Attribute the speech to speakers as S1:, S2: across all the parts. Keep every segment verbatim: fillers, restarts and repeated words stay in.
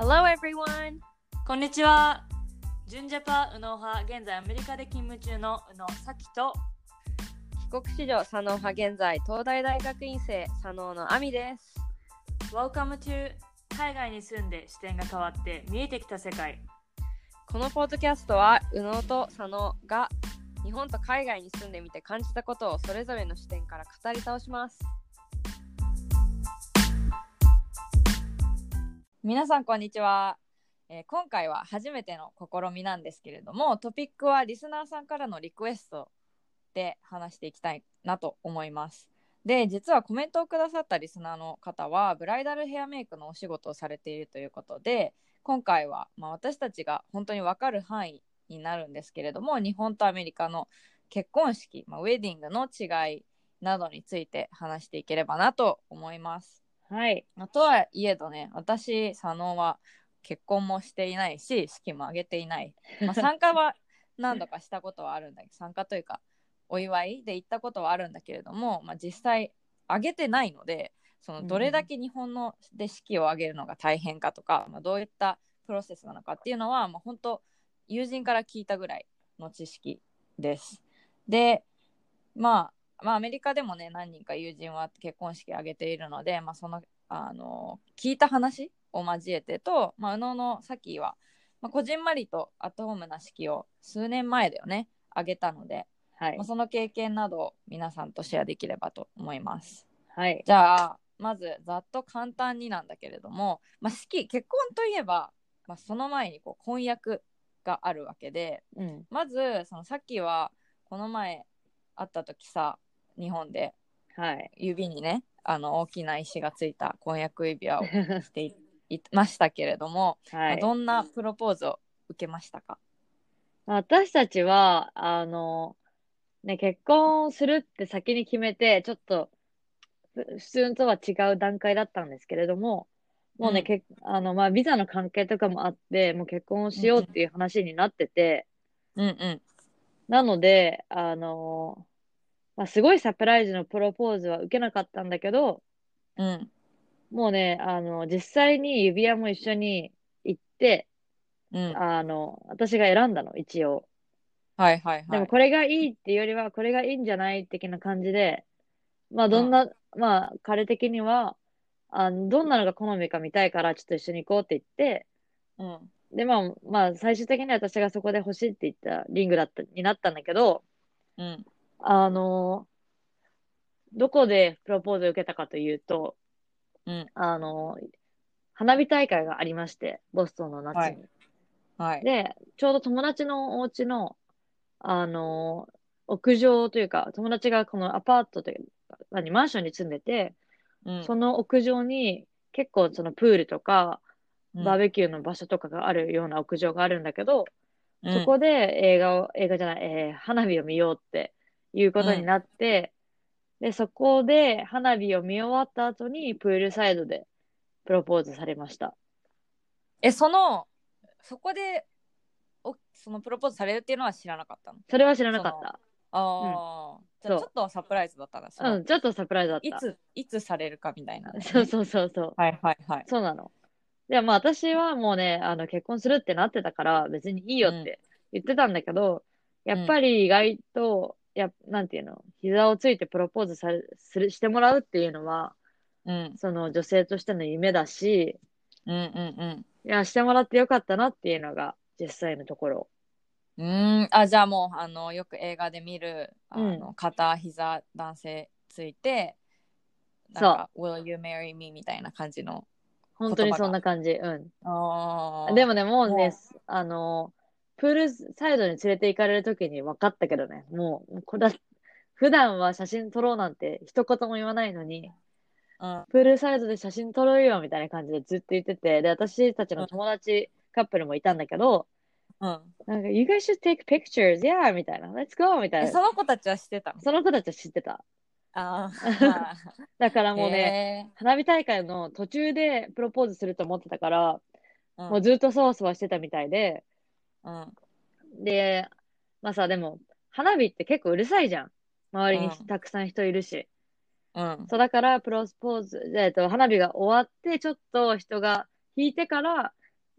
S1: Hello everyone!
S2: こんにちは。ジュンジャパ右脳派、現在アメリカで勤務中の宇野咲と
S1: 帰国子女左脳派、現在東大大学院生左脳の亜美です。
S2: Welcome to 海外に住んで視点が変わって見えてきた世界。
S1: このポッドキャストは右脳と左脳が日本と海外に住んでみて感じたことをそれぞれの視点から語り倒します。
S3: 皆さんこんにちは、えー、今回は初めての試みなんですけれども、トピックはリスナーさんからのリクエストで話していきたいなと思います。で、実はコメントをくださったリスナーの方はブライダルヘアメイクのお仕事をされているということで、今回は、まあ、私たちが本当に分かる範囲になるんですけれども、日本とアメリカの結婚式、まあ、ウェディングの違いなどについて話していければなと思います。はい、とはいえどね、私佐野は結婚もしていないし式も挙げていない、まあ、参加は何度かしたことはあるんだけど参加というかお祝いで行ったことはあるんだけれども、まあ、実際挙げてないので、そのどれだけ日本ので式を挙げるのが大変かとか、まあ、どういったプロセスなのかっていうのは、まあ、本当友人から聞いたぐらいの知識です。で、まあまあ、アメリカでもね何人か友人は結婚式挙げているので、まあ、そのあの聞いた話を交えてと、まあ、宇野のさきは、まあ、こじんまりとアットホームな式を数年前だよね挙げたので、はいまあ、その経験などを皆さんとシェアできればと思います。はい、じゃあまずざっと簡単になんだけれども、まあ、式結婚といえば、まあ、その前にこう婚約があるわけで、うん、まずそのさきはこの前会った時さ日本で、はい、指にねあの大きな石がついた婚約指輪をしていいましたけれども、はい、どんなプロポーズを受けましたか？
S4: 私たちはあの、ね、結婚するって先に決めてちょっと普通とは違う段階だったんですけれども、もうね、うん、けあのまあ、ビザの関係とかもあってもう結婚をしようっていう話になってて、うんうん、なのであのまあ、すごいサプライズのプロポーズは受けなかったんだけど、うん、もうね、あの、実際に指輪も一緒に行って、うん、あの、私が選んだの、一応。はいはいはい。でもこれがいいっていうよりは、これがいいんじゃない的な感じで、まあどんな、うん、まあ彼的には、あの、どんなのが好みか見たいからちょっと一緒に行こうって言って、うん。で、まあ、まあ最終的に私がそこで欲しいって言ったリングだった、になったんだけど、うん。あの、どこでプロポーズを受けたかというと、うん、あの、花火大会がありまして、ボストンの夏に。はい。はい、で、ちょうど友達のお家の、あの、屋上というか、友達がこのアパートというか、何、マンションに住んでて、うん、その屋上に結構そのプールとか、バーベキューの場所とかがあるような屋上があるんだけど、うん、そこで映画を、映画じゃない、えー、花火を見ようっていうことになって、うん、で、そこで花火を見終わった後にプールサイドでプロポーズされました。
S3: え、その、そこでおそのプロポーズされるっていうのは知らなかったの？
S4: それは知らなかった。
S3: ああ、うん、じゃあちょっとサプライズだったな。
S4: うん、ちょっとサプライズだった。
S3: いつ、いつされるかみたいな、ね。
S4: そうそうそうそう。
S3: はいはいはい。
S4: そうなの。で、まあ私はもうね、あの結婚するってなってたから別にいいよって言ってたんだけど、うん、やっぱり意外と、や、なんていうの、膝をついてプロポーズされ、する、してもらうっていうのは、うん、その女性としての夢だし、うんうんうん。いや、してもらってよかったなっていうのが実際のところ。
S3: うーん、あ、じゃあもう、あの、よく映画で見る、あの、うん、肩、膝、男性ついて、なんか、Will you marry me? みたいな感じの。
S4: 本当にそんな感じ。うん。あでもね、もうね、もうあの、プールサイドに連れて行かれるときに分かったけどね、もう、これだ、普段は写真撮ろうなんて一言も言わないのに、うん、プールサイドで写真撮ろうよみたいな感じでずっと言ってて、で、私たちの友達、うん、カップルもいたんだけど、うん。なんか、You guys should take pictures, yeah! みたいな、Let's go! みたいな。
S3: その子たちは知ってたの？
S4: その子たちは知ってた。あだからもうね、花火大会の途中でプロポーズすると思ってたから、うん、もうずっとそわそわしてたみたいで、うん、で、まあさ、でも、花火って結構うるさいじゃん。周りにたくさん人いるし。うん。そうだから、プロポーズ、えっと、花火が終わって、ちょっと人が引いてから、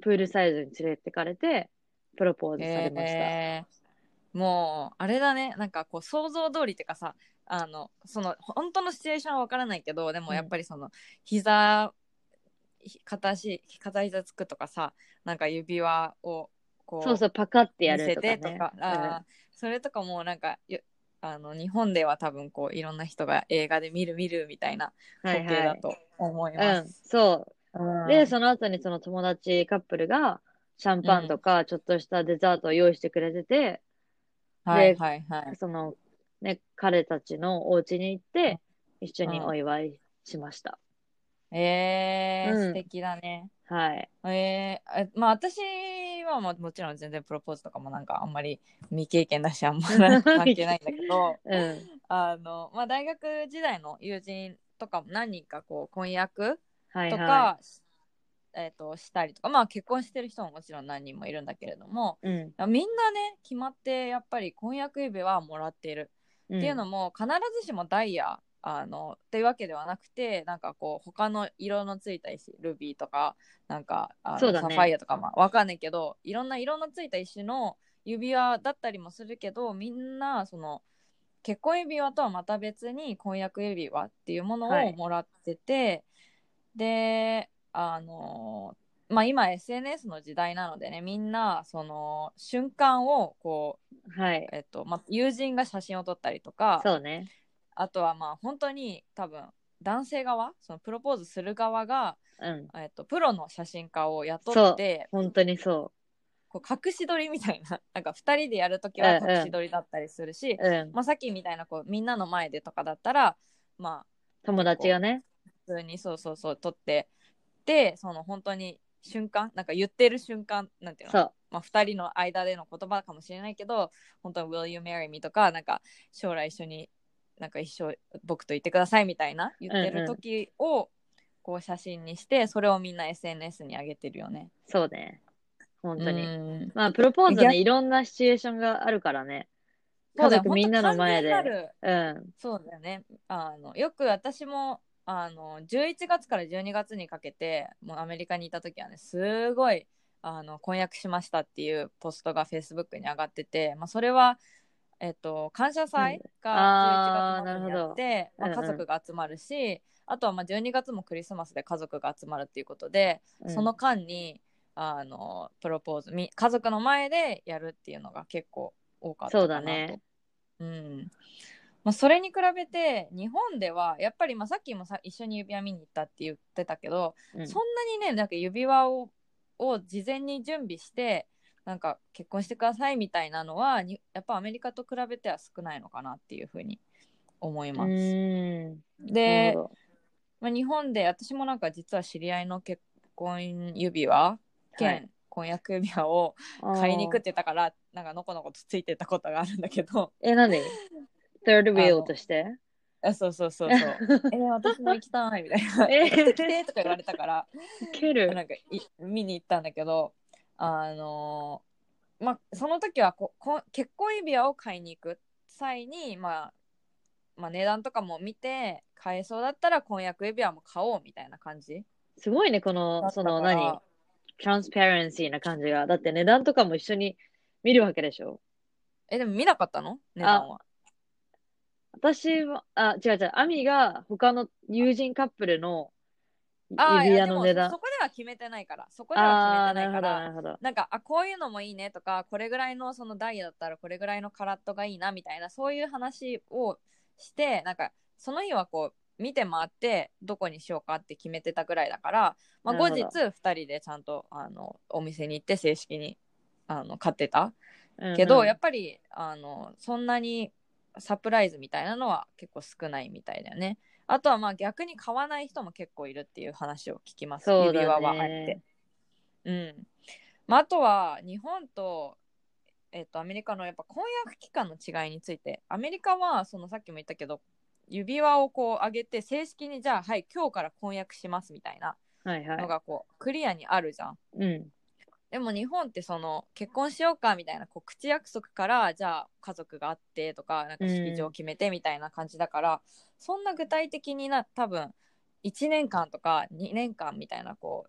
S4: プールサイドに連れてかれて、プロポーズされました。
S3: えー、もうあれだね、なんかこう想像通りっていうかさ、あのその本当のシチュエーションは分からないけど、でもやっぱりその、うん、膝片足片膝つくとかさ、なんか指輪をこう
S4: そうそうパカってや
S3: 見せ
S4: るとかね。
S3: てとか、あ、うん、それとかもなんかあの日本では多分こういろんな人が映画で見る見るみたいな光景だと思います。
S4: はいはい、うん、そう、うん、でその後にその友達カップルがシャンパンとかちょっとしたデザートを用意してくれてて、
S3: うん、で、はいはいはい、
S4: そのね彼たちのお家に行って一緒にお祝いしました。
S3: うん、えー、うん、素敵だね。
S4: はい。
S3: えー、まあ私はももちろん全然プロポーズとかもなんかあんまり未経験だしあんまり関係ないんだけど、うん、あのまあ大学時代の友人とかも何人かこう婚約とか、はいはい、えー、としたりとか、まあ結婚してる人ももちろん何人もいるんだけれども、うん、みんなね決まってやっぱり婚約指輪はもらっている、うん、っていうのも必ずしもダイヤあのっていうわけではなくて、なんかこう他の色のついた石、ルビーとかなんかあの、ね、サファイアとか、まあわかんないけどいろんな色のついた石の指輪だったりもするけど、みんなその結婚指輪とはまた別に婚約指輪っていうものをもらってて、はい、であのまあ今 エスエヌエス の時代なのでね、みんなその瞬間をこう、はい、えっとまあ、友人が写真を撮ったりとか、
S4: そうね、
S3: あとはまあ本当に多分男性側、そのプロポーズする側が、
S4: うん、
S3: えっと、プロの写真家を雇って、
S4: そう本当にそう
S3: こう隠し撮りみたいな、なんかふたりでやるときは隠し撮りだったりするし、うんうん、まあ、さっきみたいなこうみんなの前でとかだったら、まあ、
S4: 友達がね
S3: 普通にそうそうそう撮ってで、その本当に瞬間、なんか言ってる瞬間、なんていうの、そう、まあ、ふたりの間での言葉かもしれないけど、本当に Will you marry me とか、なんか将来一緒になんか一生僕といてくださいみたいな言ってる時をこう写真にして、それをみんな エスエヌエス に上げてるよね。
S4: そうね、本当に。まあプロポーズはね、いろんなシチュエーションがあるからね。家族みんなの前で。
S3: うん、そうだよね。あのよく私もあのじゅういちがつからじゅうにがつにかけてもうアメリカにいた時はね、すごいあの婚約しましたっていうポストが Facebook に上がってて、まあ、それは、えっと、感謝祭がじゅういちがつ末にあって、まあ、家族が集まるし、うんうん、あとはまあじゅうにがつもクリスマスで家族が集まるっていうことで、うん、その間にあのプロポーズ家族の前でやるっていうのが結構多かったかなと。そうだね、うん、まあ、それに比べて日本ではやっぱり、まあ、さっきもさ一緒に指輪見に行ったって言ってたけど、うん、そんなにねなんか指輪をを事前に準備してなんか結婚してくださいみたいなのはにやっぱアメリカと比べては少ないのかなっていうふうに思います。うーんで、まあ、日本で私もなんか実は知り合いの結婚指輪兼、はい、婚約指輪を買いに行くって言ったからなんかのこのことついてたことがあるんだけど、
S4: え、なんでthird wheel として
S3: あ、そうそうそうそうえー、私も行きたいみたいなえー、来て来てとか言われたからなんかい見に行ったんだけど、あのー、まあその時はここ結婚指輪を買いに行く際に、まあ、まあ値段とかも見て買えそうだったら婚約指輪も買おうみたいな感じ。
S4: すごいね、このその何トランスパレンシーな感じが。だって値段とかも一緒に見るわけでしょ。
S3: え、でも見なかったの値段は。
S4: 私は、あ、違う違う、アミが他の友人カップルの指輪の値段。
S3: そこでは決めてないから、そこでは決めてないから、
S4: なるほど、なるほど。
S3: なんか、あ、こういうのもいいねとか、これぐらいのそのダイヤだったらこれぐらいのカラットがいいなみたいな、そういう話をして、なんか、その日はこう、見て回って、どこにしようかって決めてたぐらいだから、まあ、後日ふたりでちゃんとあのお店に行って正式にあの買ってた。けど、うんうん、やっぱりあのそんなにサプライズみたいなのは結構少ないみたいだよね。あとはまあ逆に買わない人も結構いるっていう話を聞きます。
S4: そうだね、
S3: 指輪はあって。うん。まあ、あとは日本と、えっと、アメリカのやっぱ婚約期間の違いについて、アメリカはそのさっきも言ったけど指輪をこう上げて正式にじゃあはい今日から婚約しますみたいなのがこうクリアにあるじゃん。
S4: うん。
S3: でも日本ってその結婚しようかみたいなこう口約束からじゃあ家族があってとかなんか式場決めてみたいな感じだから、うん、そんな具体的にな多分いちねんかんとかにねんかんみたいなこう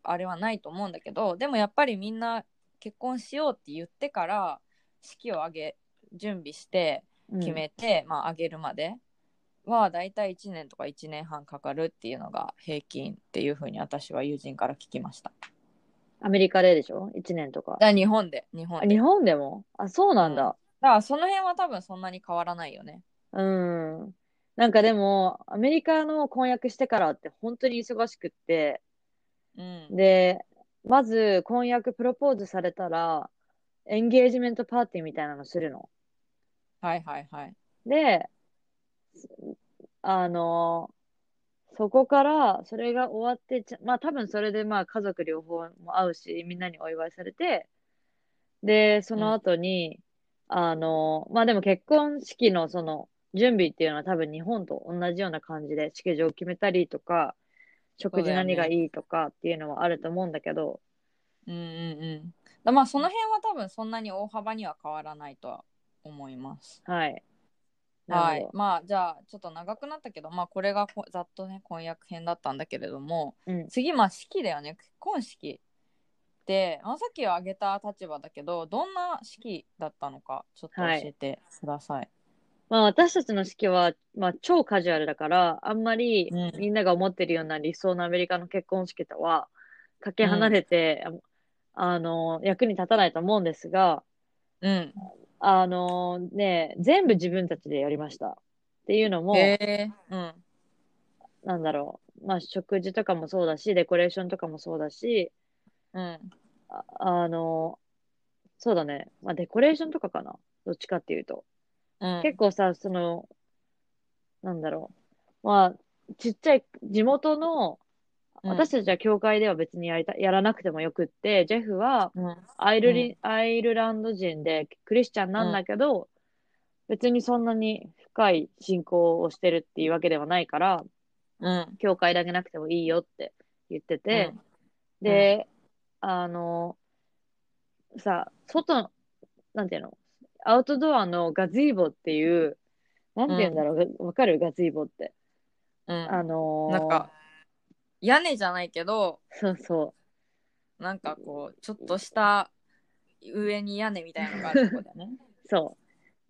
S3: あれはないと思うんだけど、でもやっぱりみんな結婚しようって言ってから式を挙げ準備して決めて、うん、まあ挙げるまではだいたいいちねんとかいちねんはんかかるっていうのが平均っていうふうに私は友人から聞きました。
S4: アメリカででしょ ?いち 年とか。
S3: だ日本で日本で。
S4: 日本でもあ、そうなんだ。うん、
S3: だからその辺は多分そんなに変わらないよね。
S4: うん。なんかでも、アメリカの婚約してからって本当に忙しくって、うん、で、まず婚約プロポーズされたら、エンゲージメントパーティーみたいなのするの。
S3: はいはいはい。
S4: で、あの、そこから、それが終わって、まあ多分それでまあ家族両方も会うし、みんなにお祝いされて、で、その後に、うん、あの、まあでも結婚式のその準備っていうのは多分日本と同じような感じで、式場を決めたりとか、食事何がいいとかっていうのはあると思うんだけど。
S3: うんうんうん。だまあその辺は多分そんなに大幅には変わらないとは思います。
S4: はい。
S3: はい。まあじゃあちょっと長くなったけど、まあこれがざっとね婚約編だったんだけれども、うん、次まあ式だよね。結婚式で、まあ、さっきは挙げた立場だけど、どんな式だったのかちょっと教えてください。はい、
S4: まあ私たちの式は、まあ超カジュアルだから、あんまりみんなが思ってるような理想のアメリカの結婚式とは、かけ離れて、うん、あの、役に立たないと思うんですが、うん。あのね、全部自分たちでやりました。っていうのも、へうん。なんだろう。まあ食事とかもそうだし、デコレーションとかもそうだし、うん。あ、あの、そうだね。まあデコレーションとかかな。どっちかっていうと。うん、結構さ、その、なんだろう。まあ、ちっちゃい地元の、私たちは教会では別にやりた、やらなくてもよくって、ジェフはアイルリ、うん、アイルランド人でクリスチャンなんだけど、うん、別にそんなに深い信仰をしてるっていうわけではないから、うん、教会だけなくてもいいよって言ってて、うん、で、うん、あの、さ、外、なんていうの、アウトドアのガズイボっていう、なんて言うんだろう、わ、うん、かるガズイボって。うん、あのー、
S3: なんか、屋根じゃないけど、
S4: そうそう。
S3: なんかこう、ちょっとした上に屋根みたいなのがあるとこだね。
S4: そう。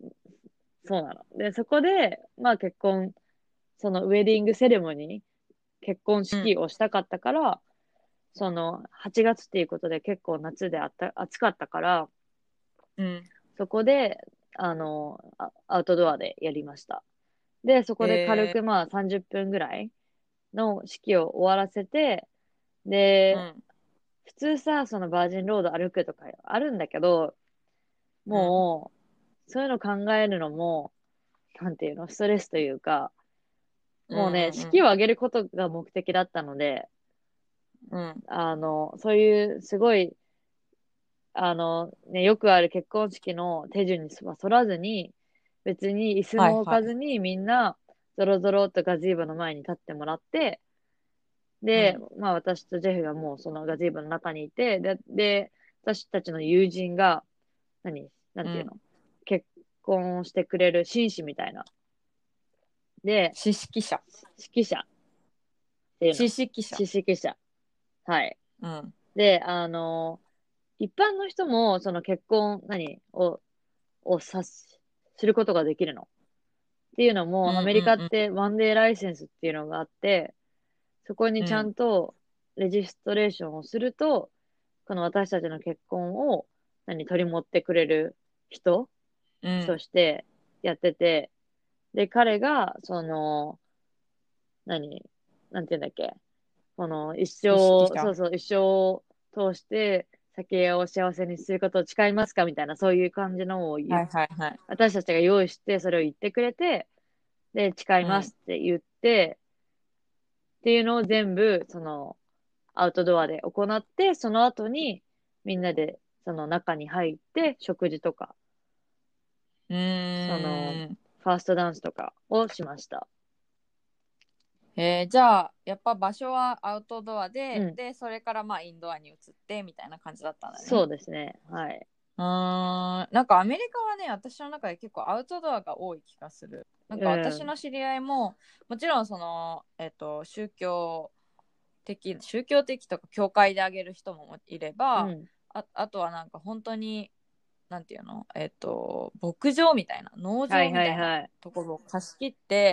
S4: そうなの。で、そこで、まあ結婚、そのウェディングセレモニー、結婚式をしたかったから、うん、そのはちがつっていうことで結構夏であった暑かったから、うん、そこで、あの、アウトドアでやりました。で、そこで軽くまあさんじゅっぷんぐらいの式を終わらせて、で、うん、普通さ、そのバージンロード歩くとかあるんだけど、もう、うん、そういうの考えるのも、なんていうの、ストレスというか、もうね、うんうん、式を挙げることが目的だったので、うん、あの、そういうすごい、あの、ね、よくある結婚式の手順には沿らずに、別に椅子も置かずにみんな、ゾロゾロっとガジーボの前に立ってもらって、で、うん、まあ私とジェフがもうそのガジーボの中にいて、で、で私たちの友人が、何なんていうの、うん、結婚してくれる紳士みたいな。で、
S3: 司式者。
S4: 指揮者っていうの。
S3: 司式者。
S4: 司式者。はい。うん。で、あの、一般の人も、その結婚、何を、をさす、することができるの。っていうのも、うんうんうん、アメリカってワンデーライセンスっていうのがあって、そこにちゃんとレジストレーションをすると、うん、この私たちの結婚を何取り持ってくれる人、うん、としてやってて、で、彼が、その、何なんて言うんだっけこの一生、そうそう、一生を通して先を幸せにすることを誓いますかみたいな、そういう感じのを言、はいはいはい、私たちが用意して、それを言ってくれて、で、誓いますって言って、うん、っていうのを全部、その、アウトドアで行って、その後に、みんなで、その中に入って、食事とか、うーん、その、ファーストダンスとかをしました。
S3: えー、じゃあやっぱ場所はアウトドアで、うん、でそれからまあインドアに移ってみたいな感じだったんだね。
S4: そうですね。はい。
S3: うーん、なんかアメリカはね、私の中で結構アウトドアが多い気がする。なんか私の知り合いも、うん、もちろんそのえっと宗教的宗教的とか教会であげる人もいれば、
S4: うん、
S3: あ, あとはなんか本当になんていうのえっ、と牧場みたいな農場
S4: はい
S3: みたいな
S4: はいはい。
S3: ところを貸し切って、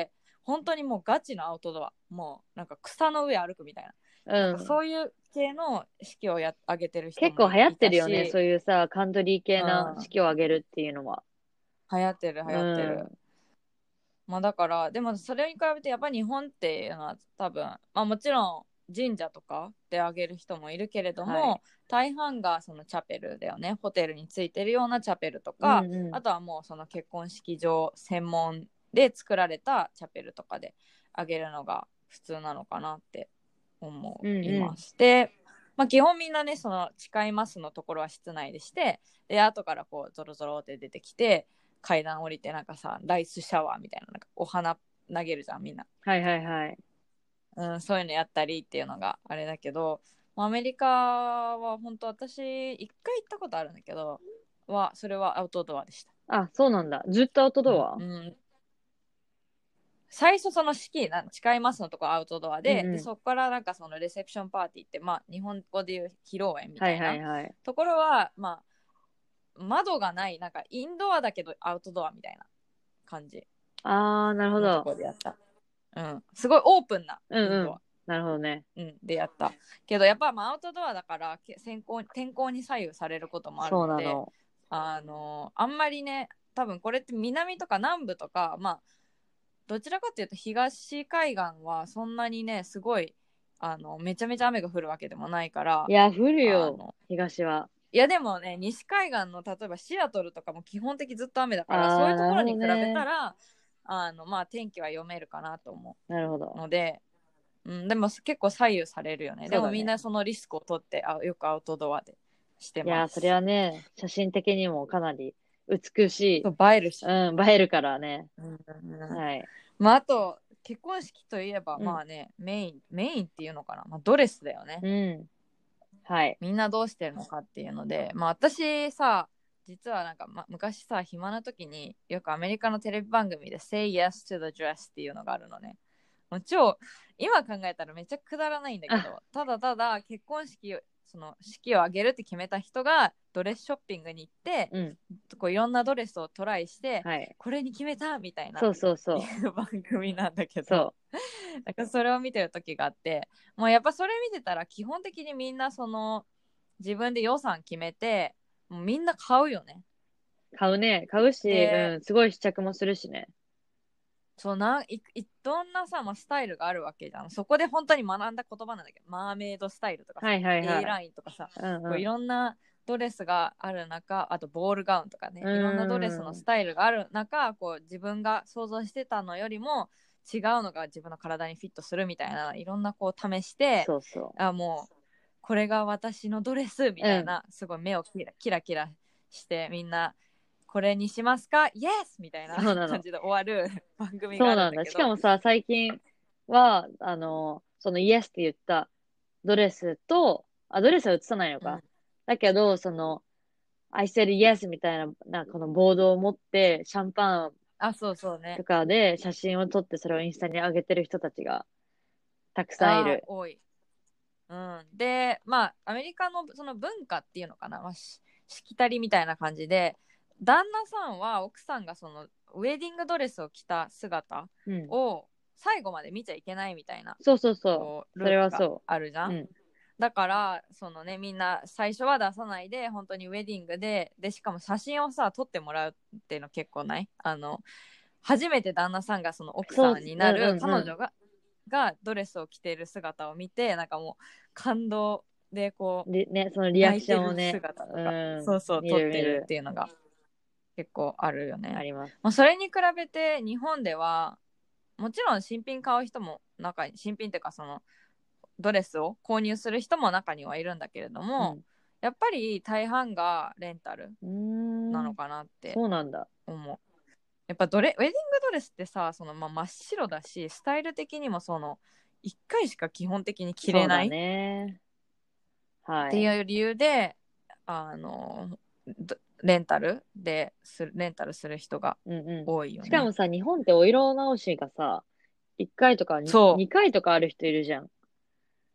S3: 本当にもうガチのアウトドア、もうなんか草の上歩くみたいな、なんか
S4: うん。
S3: そういう系の式をやあげてる人も
S4: 結構流行って
S3: いた
S4: るよね。
S3: し、
S4: そういうさ、カントリー系な
S3: うん、
S4: 式を挙げるっていうのは。
S3: 流行ってる流
S4: う
S3: 行ってる。
S4: ん。
S3: まあだからでもそれに比べてやっぱり日本っていうのは多分、まあもちろん神社とかであげる人もいるけれども、
S4: はい
S3: 大半がそのチャペルだよね。ホテルについてるようなチャペルと
S4: う
S3: か、
S4: んうん。
S3: あとはもうその結婚式場専門で作られたチャペルとかであげるのが普通なのかなって思います。
S4: うんうん、
S3: で、まあ、基本みんなねその誓いますのところは室内でして、で後からこうゾロゾロって出てきて階段降りてなんかさライスシャワーみたいな、なんかお花投げるじゃんみんな、
S4: はいはいはい。
S3: うん、そういうのやったりっていうのがあれだけど、アメリカは本当私一回行ったことあるんだけどはそれはアウトドアでした。
S4: あ、そうなんだ。ずっとアウトドア、
S3: うんうん、最初その式な誓いますのとこアウトドアで、
S4: うんうん、
S3: でそこからなんかそのレセプションパーティーって、まあ、日本語でいう披露宴みたいな、
S4: はいはいはい。
S3: ところは、まあ、窓がないなんかインドアだけどアウトドアみたいな感じ
S4: あー、なるほ
S3: のと
S4: ど。
S3: ころでやった、うん、すごいオープンなインドア、
S4: うんうん。なるほどね。
S3: うん、でやったけどやっぱ、まあ、アウトドアだから天候天候に左右されることもある
S4: そう
S3: ので、
S4: なの。
S3: あのあんまりね多分これって南とか南部とか、まあどちらかというと東海岸はそんなにねすごいあのめちゃめちゃ雨が降るわけでもないから、
S4: いや、降るよ、
S3: あの
S4: 東は。
S3: いやでもね西海岸の例えばシアトルとかも基本的ずっと雨だから、
S4: あー、
S3: そういうところに比べた
S4: なる
S3: らあのまあ天気は読めるかなと思
S4: なるほ
S3: う
S4: ど。
S3: ので、うん、でも結構左右されるよね。
S4: そうだね。
S3: でもみんなそのリスクを取ってあよくアウトドアでして
S4: いや、
S3: ます。
S4: それはね、写真的にもかなり美しい。
S3: そう映えるし、
S4: うん、映えるからね。
S3: うんうん、
S4: はい。
S3: まああと結婚式といえば、
S4: うん
S3: まあねメインメインっていうのかな、まあ、ドレスだよね。
S4: うん。はい。
S3: みんなどうしてるのかっていうので、まあ私さ実はなんか、ま、昔さ暇な時によくアメリカのテレビ番組で Say Yes to the Dress っていうのがあるのね。もう超今考えたらめっちゃくだらないんだけど、ただただ結婚式をその式を挙げるって決めた人がドレスショッピングに行って、
S4: うん。
S3: こういろんなドレスをトライして、
S4: はい。
S3: これに決めたみたいな
S4: そうそうそう。
S3: いう番組なんだけど、
S4: そ
S3: なんかそれを見てる時があって、もうやっぱそれ見てたら基本的にみんなその自分で予算決めてもうみんな買うよね。
S4: う。買うね。買うし、
S3: で
S4: うん、すごい試着もするしね。
S3: そうなんいいどんなさ、まあ、スタイルがあるわけじゃん。そこで本当に学んだ言葉なんだけど、マーメイドスタイルとかさ、
S4: はいはいは
S3: A
S4: い。
S3: ラインとかさ、
S4: うん
S3: こういろんなドレスがある中、あとボールガウンとかね、い
S4: うん。
S3: ろんなドレスのスタイルがある中、こう自分が想像してたのよりも違うのが自分の体にフィットするみたいな、いろんなこう試して、
S4: そうそう。
S3: あもうこれが私のドレスみたいな、すごい目をキラキラキラしてみんなこれにしますかイエスみたいな
S4: そうなの
S3: 感じで終わる番組
S4: そうなんだ。
S3: があるんだけど、
S4: しかもさ、最近は、あの、そのイエスって言ったドレスと、あ、ドレスは映さないのか。
S3: うん
S4: だけど、その、I said yes みたいな、なんかこのボードを持って、シャンパン
S3: あそうそうね
S4: とかで写真を撮ってそれをインスタに上げてる人たちがたくさんい
S3: あ
S4: る。
S3: 多い、うん、でまあアメリカのその文化っていうのかな、まあ、ししきたりみたいな感じで旦那さんは奥さんがそのウェディングドレスを着た姿
S4: うん。
S3: を最後まで見ちゃいけないみたいな
S4: そうそうそ
S3: こう
S4: う。それ
S3: ルールが
S4: はそ
S3: あるじゃ
S4: う。
S3: ん、
S4: うん。
S3: だからそのねみんな最初は出さないで本当にウェディングででしかも写真をさ撮ってもらうっていうの結構ないあの初めて旦那さんがその奥さんになる
S4: そううんうんうん
S3: 彼女が、がドレスを着ている姿を見てなんかもう感動でこう
S4: リね、そのリアクションをね
S3: 泣いてる、姿とか、
S4: うん。
S3: そうそう
S4: 見
S3: 撮ってる
S4: る見る
S3: っ。ていうのが結構あるよね。
S4: あります。
S3: まあ、それに比べて日本ではもちろん新品買う人も中に新品っていうかそのドレスを購入する人も中にはいるんだけれども、
S4: うん
S3: やっぱり大半がレンタル
S4: うーん。
S3: なのかなって
S4: そうなんだ。
S3: 思う。やっぱドレウェディングドレスってさその、まあ、真っ白だしスタイル的にもそのいっかいしか基本的に着れない、
S4: そうだね。はい。
S3: っていう理由であのレンタルでするレンタルする人が
S4: うんうん。
S3: 多いよね。
S4: しかもさ、日本ってお色直しがさ、いっかいとか
S3: そう
S4: にかいとかある人いるじゃん。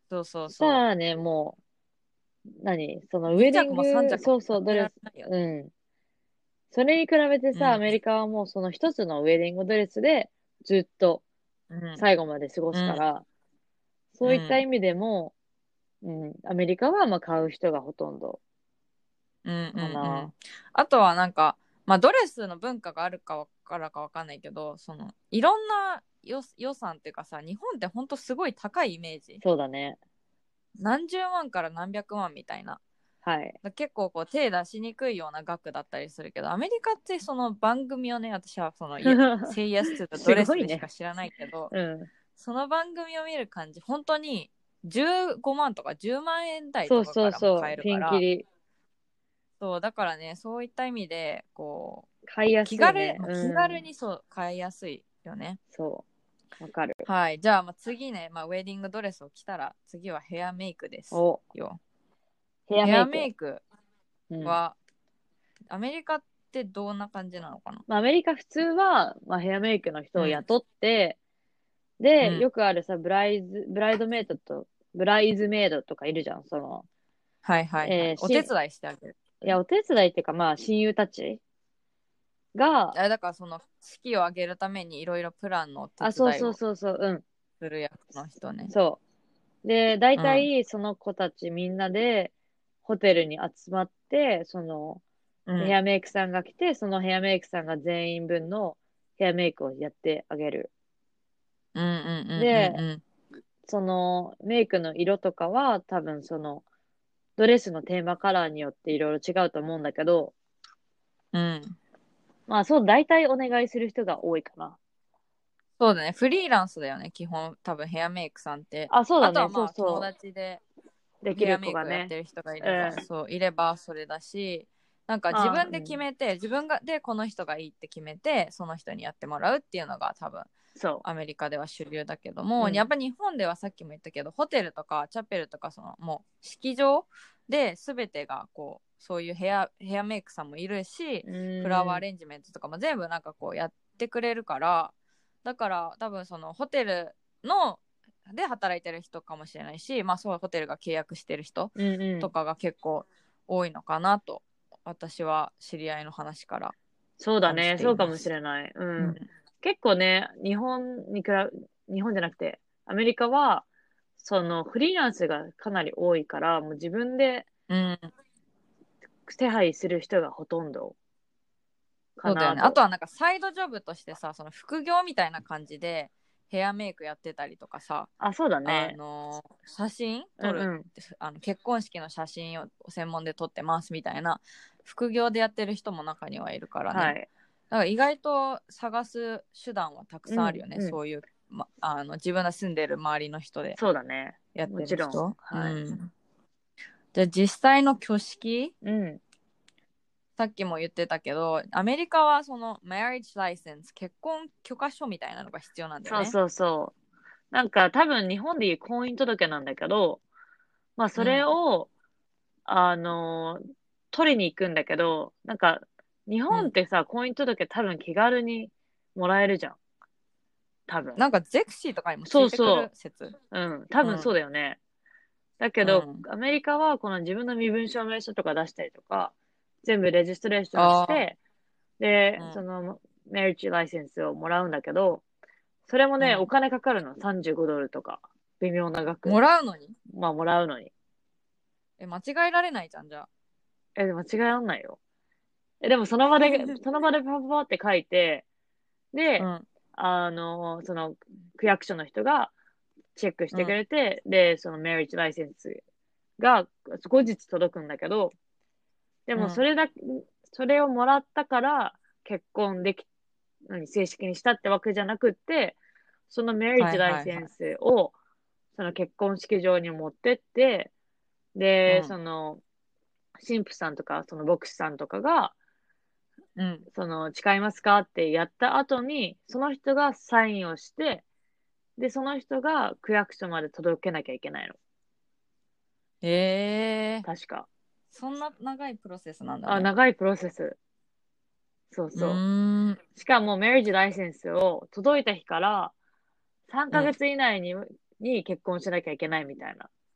S3: そうそう
S4: そした
S3: そう。
S4: らね、もう、何そのウェ
S3: に
S4: ディン
S3: 着もさん
S4: グ、
S3: 着も
S4: そうそう、ド
S3: 買ってら
S4: レス、
S3: れないよ。
S4: うん。それに比べてさ、ア
S3: うん。
S4: メリカはもうその一つのウェディングドレスでずっと
S3: うん。
S4: 最後まで過ご
S3: うん。
S4: すから、そういった
S3: うん。
S4: 意味でも、うん、アメリカはまあ買う人がほとんど
S3: うん。うん。う
S4: かな。
S3: ん。あとはなんか、まあドレスの文化があるかからかわかんないけど、そのいろんな予予算っていうかさ、日本ってほんとすごい高いイメージ。
S4: そうだね。
S3: 何十万から何百万みたいな。
S4: はい。
S3: だ結構こう手出しにくいような額だったりするけど、アメリカってその番組をね、私はそのいや Say Yes to the ド
S4: す
S3: レ
S4: ごいね。
S3: スでしか知らないけど、
S4: うん。
S3: その番組を見る感じ、本当にじゅうごまんとかじゅうまん円台
S4: そう
S3: とかからも
S4: そうそう。
S3: 買える
S4: ピ
S3: から、
S4: ンキリ。
S3: そうだからね、そういった意味でこう
S4: 買いや
S3: 気軽、
S4: すいね。
S3: まあ、気
S4: うん。
S3: 軽にそう買いやすいよね。
S4: そう。わかる。
S3: はい、じゃあまあ次ね、まあ、ウェディングドレスを着たら次はヘアメイクです
S4: お、
S3: よ。
S4: ヘア
S3: ヘア
S4: メイク。
S3: メイク
S4: うん。
S3: はアメリカってどんな感じなのかな？
S4: まあ、アメリカ普通は、まあ、ヘアメイクの人
S3: うん。
S4: を雇って、で、
S3: うん。
S4: よくあるさ、ブライズ、ブライドメイドと、ブライズメイドとかいるじゃん。その、
S3: はいはいはい。
S4: えーし、
S3: お手伝いしてあげる。
S4: いや、お手伝いっていうか、まあ、親友たちが、
S3: あだからその式を挙げるためにいろいろプランのお手
S4: あ、そうそう
S3: 伝いを
S4: そうそう、うん。
S3: する役の人ね。
S4: そう。で、大
S3: うん。
S4: 体、その子たちみんなで、ホテルに集まって、その、
S3: うん。
S4: ヘアメイクさんが来て、そのヘアメイクさんが全員分のヘアメイクをやってあげる。
S3: うんうんうん
S4: で、
S3: うん
S4: そのメイクの色とかは多分そのドレスのテーマカラーによっていろいろ違うと思うんだけど、
S3: うん。うん。
S4: まあそう大体お願いする人が多いかな。
S3: そうだね。フリーランスだよね。基本多分ヘアメイクさんって。
S4: あ、そうだね。
S3: あとはまあ友
S4: そうそ
S3: 達で
S4: う。できる
S3: ヘアメイ
S4: 子がね。
S3: クやってる人がい
S4: うん。
S3: れば、そう、いればそれだし、なんか自
S4: あ、
S3: 分で決
S4: うん。
S3: めて、自分がでこの人がいいって決めて、その人にやってもらうっていうのが多分
S4: そ
S3: アメリカでは主流だけど
S4: う。
S3: も、
S4: うん。
S3: やっぱ日本ではさっきも言ったけど、ホテルとかチャペルとかそのもう式場で全てがこうそういうヘアヘアメイクさんもいるし、
S4: う
S3: フラワーア
S4: ーん。
S3: レンジメントとかも全部なんかこうやってくれるから、だから多分そのホテルので働いてる人かもしれないし、まあそうホテルが契約してる人
S4: うんうん。
S3: とかが結構多いのかなと私は知り合いの話から感じ
S4: そうだね。そうかもし
S3: ています。
S4: れない。う
S3: うん。
S4: ん。結構ね、日本に比べ、日本じゃなくて、アメリカは、そのフリーランスがかなり多いから、もう自分で
S3: うん。
S4: 手配する人がほとんどか
S3: そうだよね。あと
S4: なと。
S3: はなんかサイドジョブとしてさ、その副業みたいな感じでヘアメイクやってたりとかさ、
S4: あ、そうだ
S3: あ
S4: ね。
S3: のー写真撮る
S4: うんうん。
S3: あの結婚式の写真を専門で撮ってますみたいな副業でやってる人も中にはいるからね。
S4: はい。
S3: だから意外と探す手段はたくさんあるよね。
S4: うんうん。
S3: そういう、ま、あの自分が住んでる周りの人で
S4: そうだね。
S3: やって
S4: もちろん。
S3: る人。う
S4: はい。
S3: ん。じゃあ実際の挙式、
S4: うん。
S3: さっきも言ってたけど、アメリカはその marriage license 結婚許可書みたいなのが必要なんだよね。
S4: そうそうそう。なんか多分日本でいう婚姻届なんだけど、まあそれ
S3: うん。
S4: を、あのー取りに行くんだけど、なんか日
S3: うん。
S4: 本ってさ、婚姻届多分気軽にもらえるじゃん。多分。
S3: なんかゼクシーとかにもついてく
S4: そうそ
S3: る説。
S4: う。うん。多分そう
S3: うん。
S4: だよね。だけど、
S3: うん。
S4: アメリカはこの自分の身分証明書とか出したりとか、全部レジストレーションし
S3: あ
S4: て、で、
S3: あ。うん。
S4: その、メリッジライセンスをもらうんだけど、それもね、お
S3: うん。
S4: 金かかるの。さんじゅうごドルとか。微妙な額。
S3: もらうのに
S4: まあ、もらうのに。
S3: え、間違えられないじゃん、じゃあ。
S4: え、でも間違えらんないよ。え、でもその場で、その場でパパパって書いて、で、
S3: うん。
S4: あの、その、区役所の人がチェックしてく
S3: うん。
S4: れて、で、そのメリッジライセンスが後日届くんだけど、で
S3: うん。
S4: もそれだ、それをもらったから結婚でき、何、正式にしたってわけじゃなくって、そのメリッ
S3: はい
S4: ジライ
S3: はいはい。
S4: センスを、その結婚式場に持ってって、で、そ
S3: うん。
S4: の、神父さんとか、その牧師さんとかが、
S3: うん。
S4: その、誓いますかってやった後に、その人がサインをして、で、その人が区役所まで届けなきゃいけないの。
S3: ええー、
S4: 確か。
S3: そんな長いプロセスなんだ
S4: あ、
S3: ね。
S4: 長いプロセス。そう
S3: う
S4: そ
S3: ーん。
S4: う。しかも、メリッジライセンスを届いた日から、3
S3: うん。
S4: ヶ月以内に、に結婚しなきゃいけないみたいな。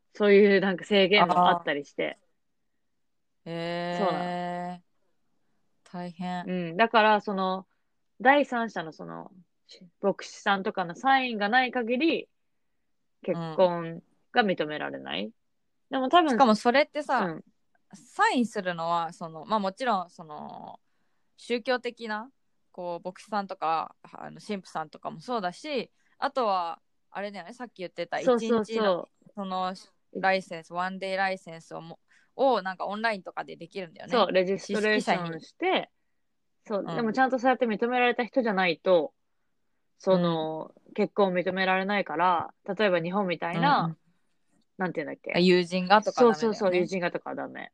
S4: そういうなんか制限もあったりして。
S3: へ
S4: そうなの。
S3: えー、大変。
S4: うん。だから、その、第三者のその、牧師さんとかのサインがない限り、結
S3: うん。
S4: 婚が認められない。でも多分、
S3: しかもそれってさ、
S4: うん。
S3: サインするのは、その、まあもちろん、その、宗教的な、こう、牧師さんとか、あの神父さんとかもそうだし、あとは、あれだよね、さっき言ってた
S4: そう
S3: 一日の、
S4: そうそ
S3: その、
S4: う。
S3: ライセンス、ワンデーライセンスをも、をなんかオンラインとかでできるんだよね。
S4: そう、レジス
S3: 知
S4: トレー
S3: 識者に。
S4: ションして、そう、でも
S3: うん。
S4: ちゃんとそうやって認められた人じゃないと、そ
S3: うん。
S4: の、結婚を認められないから、例えば日本みたいな、
S3: うんうん。
S4: なんていうんだっけ。
S3: 友人がとかダメ
S4: そうそうそう、友
S3: だよね。
S4: 人がとかはダメ。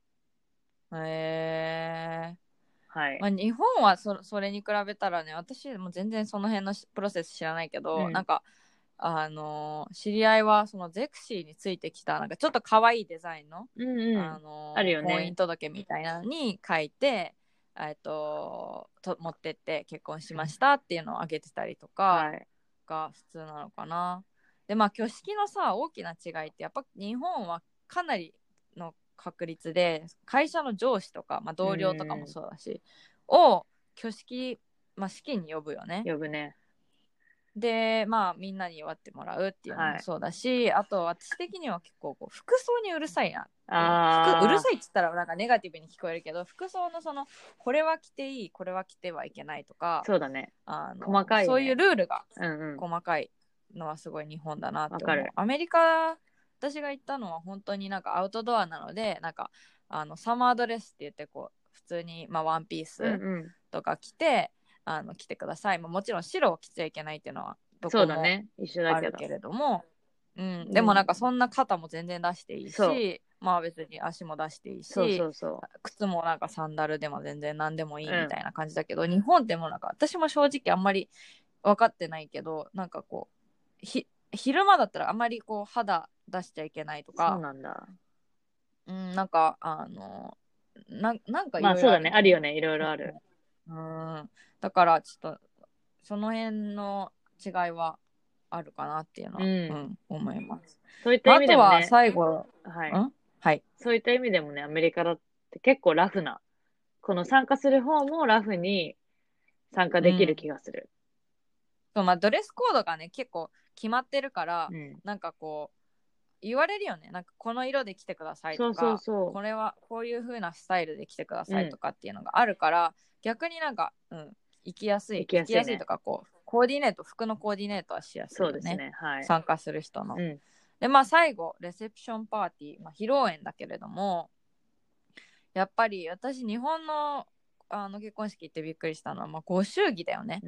S3: へえ
S4: はい。
S3: まあ、日本はそそれに比べたらね、私も全然その辺のしプロセス知らないけど、な
S4: うん。
S3: んか、あのー知り合いはそのゼクシーについてきた、なんかちょっと可愛いデザインの、
S4: うんうん。
S3: あ
S4: ある
S3: のー婚姻
S4: よね。
S3: 届みたいなのに書いて、えっと、と持ってって結婚しましたっていうのをあげてたりとか
S4: はい。
S3: が普通なのかな。で、まあ、挙式のさ、大きな違いって、やっぱ日本はかなりの確率で、会社の上司とか、まあ、
S4: う
S3: 同僚とかも
S4: ん。
S3: そうだし、を挙式、まあ、式に呼ぶよね。
S4: 呼ぶね。
S3: で、まあ、みんなに祝ってもらうっていうの
S4: はい。
S3: もそうだし、あと、私的には結構こう、服装にうるさいなっていう。服うる
S4: あ
S3: さいって言ったらなんかネガティブに聞こえるけど、服装のその、これは着ていい、これは着てはいけないと
S4: ー、
S3: か、
S4: そうだね。
S3: あの、
S4: 細かい
S3: そういう
S4: ね。
S3: ルールが
S4: うんうん。
S3: 細かいのはすごい日本だなって思う。
S4: わかる。
S3: アメリカ、私が行ったのは本当になんかアウトドアなので、なんか、あの、サマードレスって言って、こう、普通に、まあ、ワンピース
S4: うんうん。
S3: とか着て、あの、着てください。まあ、もちろん白を着ちゃいけないっていうのはどこも
S4: そうだね。一緒だけど。
S3: あるけれども、うん、でもなん
S4: うん。
S3: かそんな肩も全然出していい
S4: そう。
S3: し、まあ別に足も出していい
S4: そうそ
S3: し、
S4: うそ
S3: 靴もなんかサンダルでも全然何でもい
S4: う。うん。
S3: いみたいな感じだけど、日本ってもうなんか私も正直あんまり分かってないけど、なんかこう、ひ昼間だったらあんまりこう肌出しちゃいけないと
S4: そう
S3: か、
S4: なんだ。
S3: うん、なんかあのな、なんかいろい
S4: まあそうだね。
S3: ろあるのね。
S4: あるよね。いろいろある。
S3: うん、だからちょっとその辺の違いはあるかなっていうの
S4: う
S3: は、う
S4: ん。
S3: ん、思います。まあ、
S4: そういった意
S3: あとは
S4: 味でもね。
S3: 最後、
S4: はい。
S3: うんはい。
S4: そういった意味でもね、アメリカだって結構ラフな。この参加する方もラフに参加できる
S3: うん。
S4: 気がする。
S3: そう、まあ、ドレスコードがね、結構決まってるから、
S4: うん。
S3: なんかこう、言われるよね。なんかこの色で着てください
S4: そうそう
S3: とか、
S4: そ
S3: これはこういう風なスタイルで着てくだ
S4: う。うん。
S3: さいとかっていうのがあるから、逆になんか、うん、行きやす
S4: 行
S3: い、
S4: きやすいね。
S3: 行きやすいとか、こう、コーディネート、服のコーディネートはしやすいよね。
S4: そうですね。はい。
S3: 参加する人の。
S4: うん。
S3: で、まあ最後、レセプションパーティー、まあ、披露宴だけれども、やっぱり私、日本のあの結婚式ってびっくりしたのは、まあ、ご祝儀だよね。
S4: うん。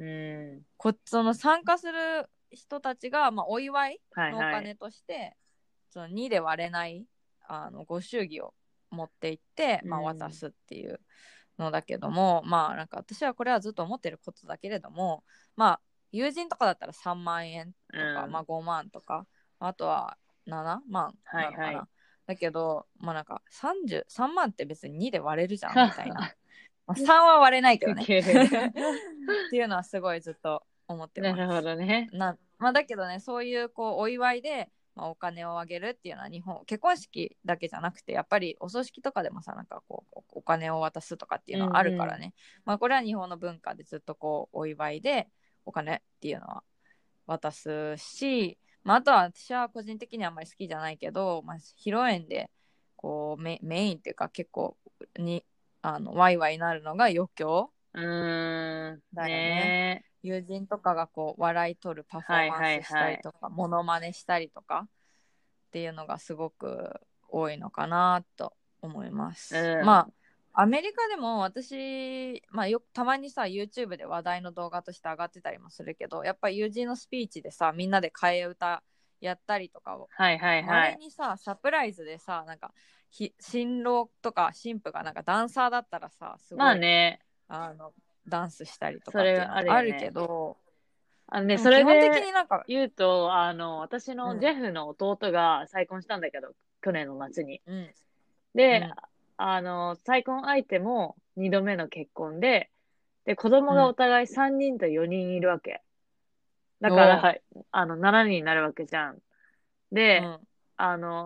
S3: こその参加する人たちが、まあ、お祝い
S4: はいはい。
S3: のお金として、そのにで割れないあのご祝儀を持って行って、まあ、渡
S4: うん。
S3: すっていうのだけども、まあなんか私はこれはずっと思ってることだけれども、まあ友人とかだったらさんまん円
S4: う
S3: とか、まあ
S4: ん。
S3: ごまんとか、あとはななまんなのかな。
S4: はいはい。
S3: だけど、まあなんかさんじゅう、さんまんって別ににで割れるじゃんみたいな。まあ、さんは割れないけどね。っていうのはすごいずっと思って
S4: なるほ
S3: ます。
S4: どね。
S3: なまあ、だけどね、そういうこうお祝いで、まあ、お金をあげるっていうのは日本、結婚式だけじゃなくて、やっぱりお葬式とかでもさ、なんかこう、お金を渡すとかっていう
S4: うん
S3: のはあるか
S4: うん。
S3: らね。まあ、これは日本の文化でずっとこう、お祝いでお金っていうのは渡すし、まあ、あとは私は個人的にはあんまり好きじゃないけど、まあ、披露宴でこうメメインっていうか結構にあのワイワイになるのが余興
S4: うーん。
S3: だよね。
S4: ねえ。
S3: 友人とかがこう笑い取るパフォー
S4: はい
S3: マンスした
S4: はいはい。
S3: りとか、モノマネしたりとかっていうのがすごく多いのかなと思いま
S4: う
S3: す。
S4: ん。
S3: まあ、アメリカでも私、まあ、よくたまにさ、YouTube で話題の動画として上がってたりもするけど、やっぱ友人のスピーチでさ、みんなで替え歌やったりとかを、
S4: はいはい
S3: ま
S4: はい。
S3: れにさ、サプライズでさ、なんか、ひ新郎とか新婦がなんかダンサーだったらさ、すごい、
S4: まあね。
S3: あの、ダンスしたりとかっていうの
S4: それあ
S3: もあるけ
S4: るよね。
S3: ど、
S4: あのね、
S3: でも
S4: それ
S3: 基本的
S4: で
S3: になんか、
S4: 言うと、あの、私
S3: うん、
S4: のジェフの弟が再婚したんだけど、去年の夏に。
S3: うん、う
S4: で、
S3: ん、
S4: あの、再婚相手も二度目の結婚で、で、子供
S3: うん。
S4: がお互いさんにんとよにんいるわけ。だか
S3: おう、
S4: ら、あの、しちにんになるわけじゃん。で、
S3: うん、
S4: あの、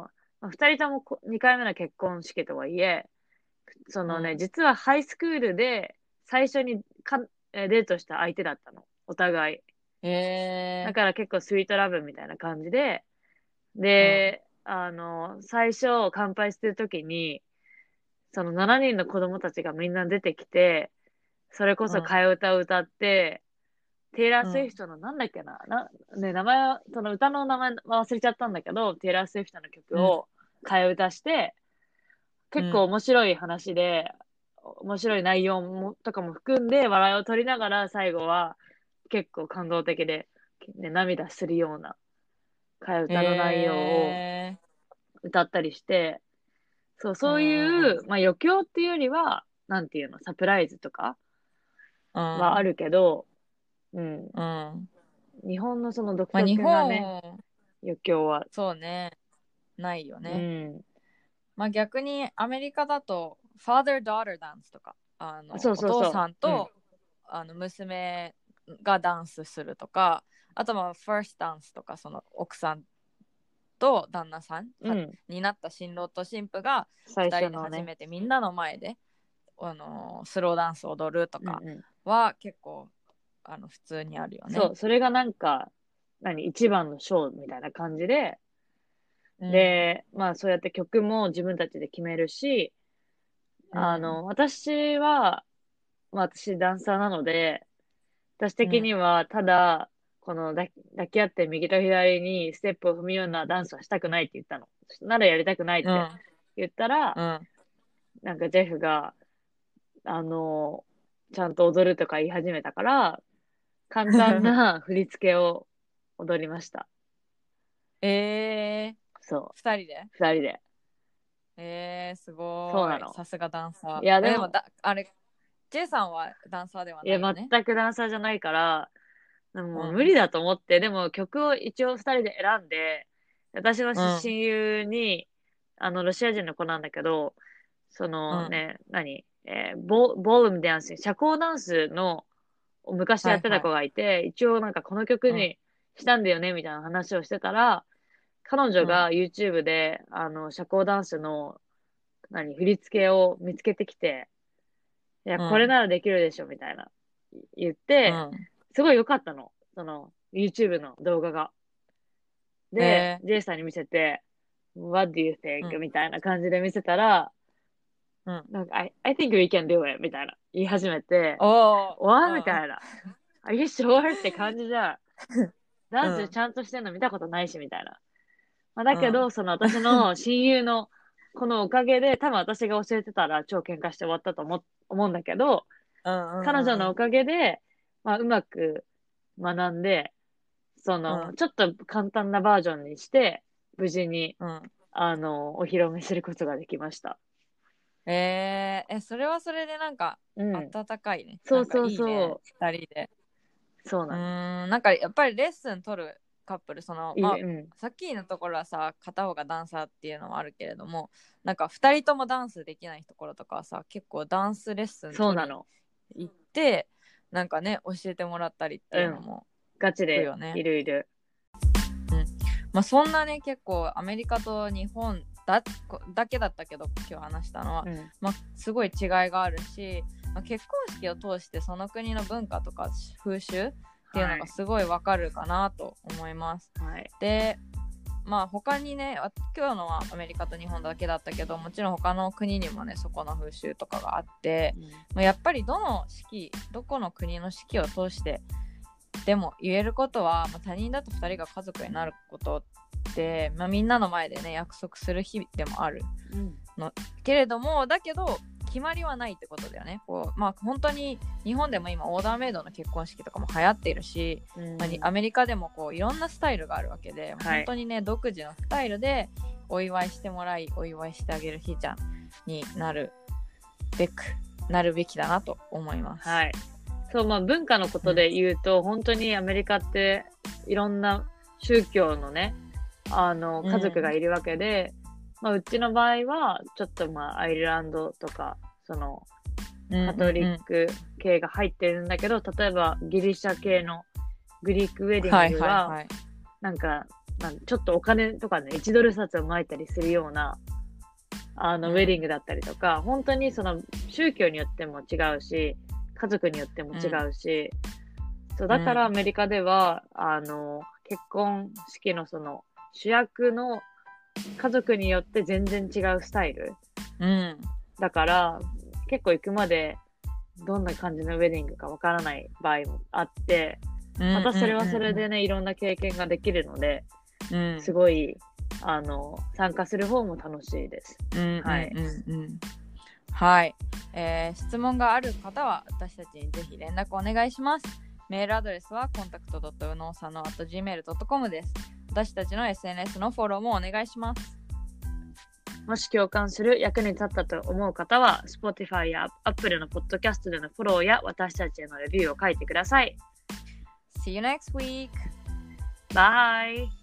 S4: まあ、ふたりともにかいめの結婚式とはいえ、そのね、
S3: うん
S4: 実はハイスクールで最初にかえーデートした相手だったの。お互い。
S3: へえ。
S4: だから結構スイートラブみたいな感じで、で、あの、最初乾杯してる時に、そのしちにんの子供たちがみんな出てきて、それこそ替え歌を歌って、テイラー・スウィフトのなんだっけな、な、ね、名前は、その歌の名前は忘れちゃったんだけど、テイラー・スウィフトの曲を替え歌して、結構面白い話で、面白い内容もとかも含んで笑いを取りながら最後は結構感動的で、ね、涙するような替え歌の内容を
S3: へ
S4: 歌ったりして、そう、
S3: ー
S4: そういう、まあ余興っていうよりは、なんていうの、サプライズとか
S3: うん
S4: はあるけど、うん。
S3: うん。
S4: 日本のその独
S3: まあ日
S4: 特なね、
S3: 本、
S4: 余興は、
S3: そうね、ないよ
S4: う
S3: ね。
S4: ん。
S3: まあ逆にアメリカだと、ファー ダー・ダーターダンスとか、あの
S4: そうそうそう
S3: お父さんと、あの娘がダンスするとか、あとまあファーストダンスとか、その奥さんと旦那さん、
S4: うん。
S3: になった新郎と新婦が
S4: 最
S3: ふたりで
S4: 初のね。
S3: 初めてみんなの前で、あのスローダンスを踊るとか
S4: うんう
S3: は結構あの普通にあるよ
S4: ん。
S3: ね。
S4: そう、それがなんか、何、一番のショーみたいな感じで、
S3: うん、
S4: で、まあそうやって曲も自分たちで決めるし、あの、私は、まあ私ダンサーなので、私的にはただ、この抱き抱き合って右と左にステップを踏むようなダンスはしたくないって言ったの。ならやりたくないって
S3: うん
S4: 言ったら、
S3: うん
S4: なんかジェフが、あの、ちゃんと踊るとか言い始めたから、簡単な振り付けを踊りました。
S3: えー、
S4: そう。
S3: ふたりで
S4: 二人で。
S3: えー、すご
S4: そうなの
S3: い。さすがダンサー。
S4: いや、でも、
S3: でもだ、あれ、J さんはダンサーではいな
S4: や、
S3: いよね。
S4: 全くダンサーじゃないから、もう
S3: うん
S4: 無理だと思って、でも曲を一応二人で選んで、私の親友に、あの、ロシア人の子なんだけど、そのね、何えーボ、ボールムダンス、社交ダンスの、を昔やってた子がいて、一応なんかこの曲にしたんだよね、みたいな話をしてたら、彼女が YouTube で、あの、社交ダンスの、何、振り付けを見つけてきて、いや、
S3: うん
S4: これならできるでしょ、みたいな、言って、
S3: うん
S4: すごい良かったの。その、YouTube の動画が。で、
S3: え
S4: J さんに見せて、What do you
S3: う
S4: think?
S3: ん
S4: みたいな感じで見せたら、
S3: うん
S4: なんか、I, I think we can do it! みたいな言い始めて、
S3: おー
S4: わー
S3: うん
S4: みたいな。Are you sure? って感じじゃん。ダン
S3: うん
S4: スちゃんとしてんの見たことないし、みたいな。まあ、だけど、
S3: うん
S4: その私の親友のこのおかげで、多分私が教えてたら超喧嘩して終わったと思思うんだけど、
S3: うんうん
S4: 彼女のおかげで、まあ、うまく学んで、その、
S3: うん
S4: ちょっと簡単なバージョンにして、無事に、
S3: うん
S4: あの、お披露目することができました。
S3: えー、え、それはそれでなんか、
S4: うん。
S3: 温かいね。
S4: そうそうそう
S3: なんかいいね、二人で。う
S4: そうなの。
S3: ーん、なんかやっぱりレッスン取るカップル、その、まあ、
S4: いいうん。
S3: さっきのところはさ、片方がダンサーっていうのもあるけれども、なんか二人ともダンスできないところとかはさ、結構ダンスレッスン取り
S4: そうなの。
S3: に行って、なんかね、教えてもらったりっていうのも、
S4: ガチで
S3: 行くよね
S4: いるいる。
S3: まあそんなね、結構アメリカと日本だだけだったけど、今日話したのは、
S4: うん。
S3: まあ、すごい違いがあるし、まあ、結婚式を通してその国の文化とか風習っていうのがすごいわかるかなと思います。
S4: はい。
S3: で、まあ他にね、あ今日のはアメリカと日本だけだったけど、もちろん他の国にもね、そこの風習とかがあって、まあ、やっぱりどの式、どこの国の式を通してでも言えることは、まあ、他人だとふたりが家族になることって、まあ、みんなの前でね約束する日でもある
S4: うん。
S3: のけれども、だけど決まりはないってことだよね。こう、まあ、本当に日本でも今オーダーメイドの結婚式とかも流行っているし、
S4: うん
S3: まあにアメリカでもこういろんなスタイルがあるわけで、
S4: はい
S3: 本当にね独自のスタイルでお祝いしてもらいお祝いしてあげる日じゃんになるべくなるべきだなと思います。
S4: はい。そう、まあ文化のことで言うと、うん、本当にアメリカっていろんな宗教のね、あの、家族がいるわけで、うん、まあうちの場合は、ちょっとまあアイルランドとか、その、カトリック系が入ってるんだけど、例えばギリシャ系のグリークウェディングは、なんかなんちょっとお金とかね、いちドル札を撒いたりするような、あの、
S3: うん
S4: ウェディングだったりとか、本当にその、宗教によっても違うし、家族によっても違うし、そう、だからアメリカでは、あの、結婚式のその、主役の家族によって全然違うスタイル。
S3: うん
S4: だから、結構行くまで、どんな感じのウェディングかわからない場合もあって、またそれはそれでね、いろんな経験ができるので、
S3: うん
S4: すごい、あの、参加する方も楽しいです。
S3: うん
S4: はい
S3: うんうんはい、えー質問がある方は私たちにぜひ連絡お願いします。メールアドレスは コンタクト ドット うのうさの アット ジーメール ドット コム です。私たちの エスエヌエス のフォローもお願いします。
S4: もし共感する、役に立ったと思う方は、Spotify や Apple のポッドキャストでのフォローや私たちへのレビューを書いてください。
S3: See you next week!
S4: Bye!